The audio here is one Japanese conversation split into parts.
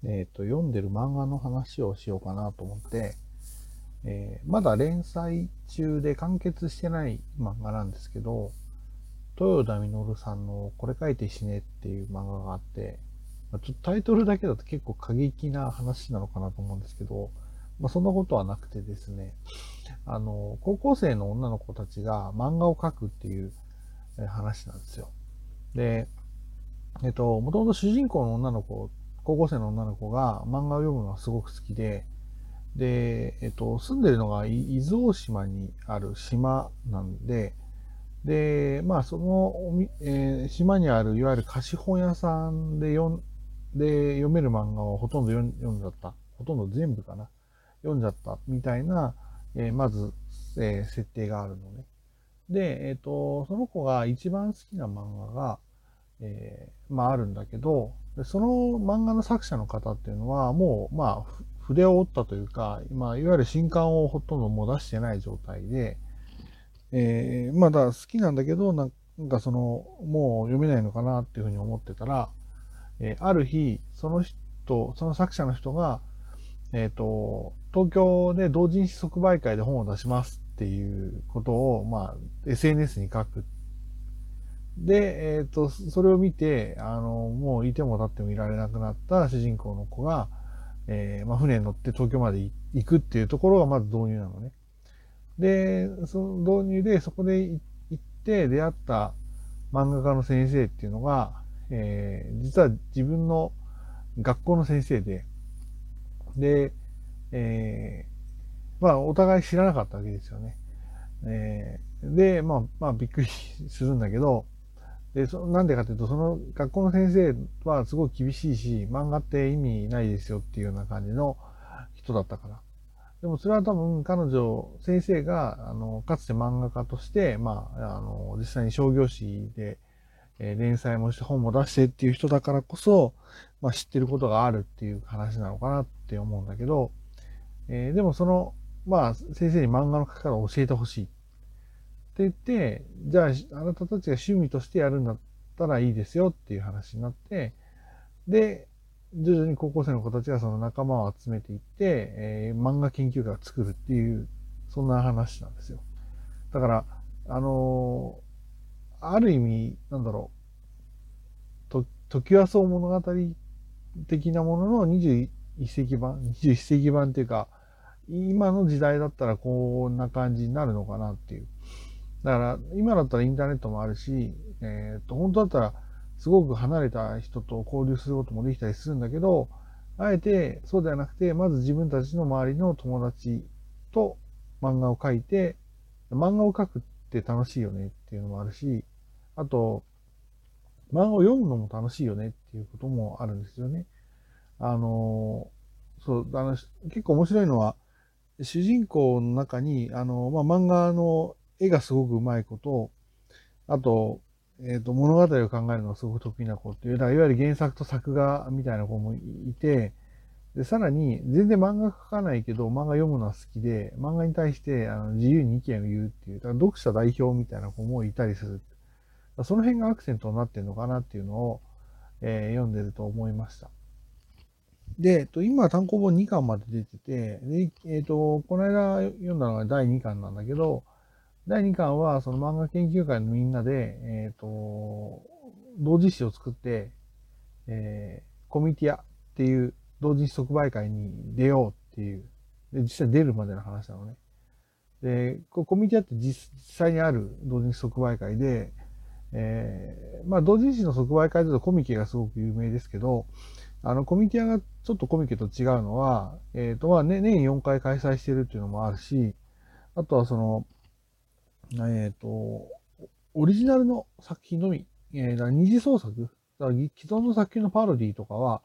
読んでる漫画の話をしようかなと思って、まだ連載中で完結してない漫画なんですけど、豊田稔さんのこれ書いて死ねっていう漫画があって、ちょっとタイトルだけだと結構過激な話なのかなと思うんですけど、そんなことはなくてですね、高校生の女の子たちが漫画を描くっていう話なんですよ。で、もともと主人公の女の子、高校生の女の子が漫画を読むのがすごく好きで、で、住んでるのが伊豆大島にある島なんで、で、その島にあるいわゆる貸本屋さんで読める漫画をほとんど読んじゃった。ほとんど全部かな。読んじゃったみたいな、まず、設定があるのね。で、その子が一番好きな漫画が、あるんだけど、その漫画の作者の方っていうのは、もう、筆を折ったというか、いわゆる新刊をほとんどもう出してない状態で、まだ好きなんだけど、もう読めないのかなっていうふうに思ってたら、ある日、その作者の人が、東京で同人誌即売会で本を出しますっていうことを、SNS に書く。で、それを見て、もういても立ってもいられなくなった主人公の子が、船に乗って東京まで行くっていうところがまず導入なのね。で、その導入でそこで行って出会った漫画家の先生っていうのが、実は自分の学校の先生で、えお互い知らなかったわけですよね。で、びっくりするんだけど、なんでかというと、その学校の先生はすごく厳しいし、漫画って意味ないですよっていうような感じの人だったから。でもそれは多分彼女、先生が、かつて漫画家として、実際に商業誌で、連載もして本も出してっていう人だからこそ、知ってることがあるっていう話なのかなって思うんだけど、でも先生に漫画の描き方を教えてほしいって言って、じゃあ、あなたたちが趣味としてやるんだったらいいですよっていう話になって、で、徐々に高校生の子たちがその仲間を集めていって、漫画研究会を作るっていう、そんな話なんですよ。だから、あのある意味、トキワ荘物語的なものの21世紀版、21世紀版っていうか、今の時代だったらこんな感じになるのかなっていう。だから、今だったらインターネットもあるし、本当だったらすごく離れた人と交流することもできたりするんだけど、あえてそうではなくて、まず自分たちの周りの友達と漫画を描いて、漫画を描くって楽しいよねっていうのもあるし、あと、漫画を読むのも楽しいよねっていうこともあるんですよね。あの、結構面白いのは、主人公の中に、漫画の絵がすごく上手い子と、あと、物語を考えるのがすごく得意な子っていう、だからいわゆる原作と作画みたいな子もいて、で、さらに、全然漫画描かないけど、漫画読むのは好きで、漫画に対して自由に意見を言うっていう、だから読者代表みたいな子もいたりする。その辺がアクセントになってるのかなっていうのを、読んでると思いました。で、今単行本2巻まで出てて、で、この間読んだのが第2巻なんだけど、第2巻はその漫画研究会のみんなで、同人誌を作って、コミティアっていう同人誌即売会に出ようっていう、で、実際出るまでの話なのね。で、コミティアって実際にある同人誌即売会で、同人誌の即売会だとコミケがすごく有名ですけど、コミティアがちょっとコミケと違うのは、年4回開催してるっていうのもあるし、あとはオリジナルの作品のみ、だから二次創作、だから既存の作品のパロディとかは、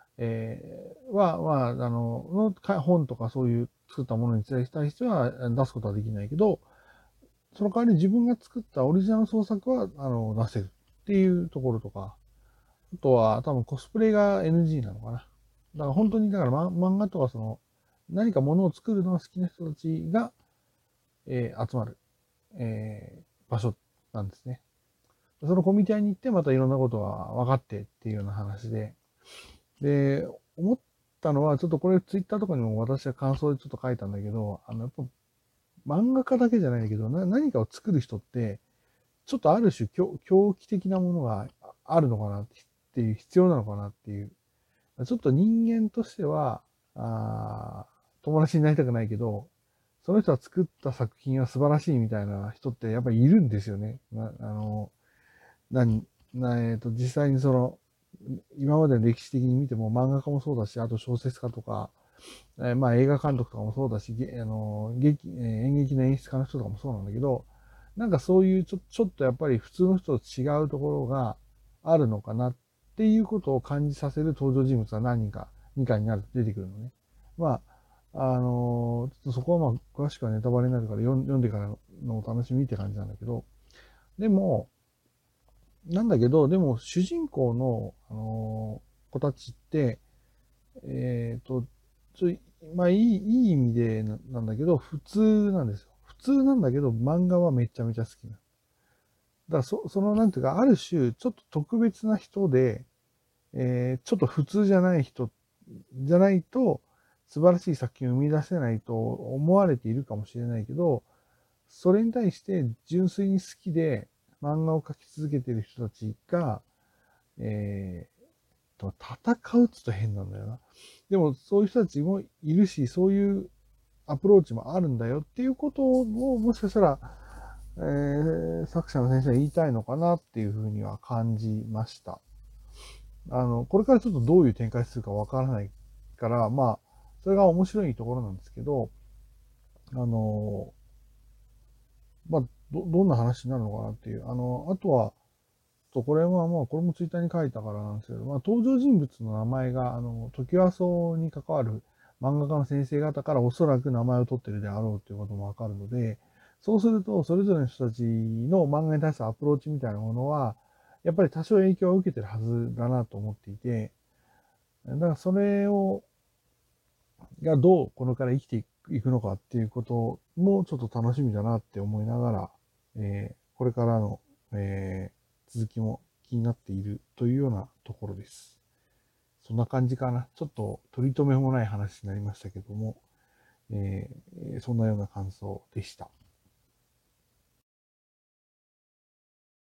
本とかそういう作ったものに対しては出すことはできないけど、その代わり自分が作ったオリジナル創作は、出せるっていうところとか、あとは多分コスプレが NG なのかな。だから本当に、だから漫画とか何かものを作るのが好きな人たちが、集まる、場所なんですね。そのコミュニティに行ってまたいろんなことが分かってっていうような話で、で、 たのは、ちょっとこれツイッターとかにも私は感想でちょっと書いたんだけど、やっぱ漫画家だけじゃないけど、何かを作る人って、ちょっとある種狂気的なものがあるのかなっていう、必要なのかなっていう。ちょっと人間としては、友達になりたくないけど、その人が作った作品は素晴らしいみたいな人ってやっぱりいるんですよね。何、実際に今までの歴史的に見ても漫画家もそうだし、あと小説家とか、まあ映画監督とかもそうだし、演劇の演出家の人とかもそうなんだけど、なんかそういうちょっとやっぱり普通の人と違うところがあるのかなっていうことを感じさせる登場人物が何人か、2回になると出てくるのね。まあ、ちょっとそこはまあ詳しくはネタバレになるから読んでからのお楽しみって感じなんだけど、でも、でも主人公の、子たちって、えっと、まあいい意味でなんだけど、普通なんですよ。普通なんだけど、漫画はめちゃめちゃ好きな。だからなんていうか、ある種、ちょっと特別な人で、ちょっと普通じゃない人じゃないと、素晴らしい作品を生み出せないと思われているかもしれないけど、それに対して純粋に好きで漫画を描き続けている人たちが、え戦うっつうと変なんだよな。でもそういう人たちもいるし、そういうアプローチもあるんだよっていうことをもしかしたら、作者の先生は言いたいのかなっていうふうには感じました。これからちょっとどういう展開するかわからないから、まあ、それが面白いところなんですけど、あの、まあ、どんな話になるのかなっていう。あとは、これはまあ、これもツイッターに書いたからなんですけど、まあ、登場人物の名前が、トキワ荘に関わる漫画家の先生方からおそらく名前を取ってるであろうということもわかるので、そうすると、それぞれの人たちの漫画に対するアプローチみたいなものは、やっぱり多少影響を受けてるはずだなと思っていて、だからそれがどうこれから生きていくのかっていうこともちょっと楽しみだなって思いながら、これからの、続きも気になっているというようなところです。そんな感じかな。ちょっと取り留めもない話になりましたけども、そんなような感想でした。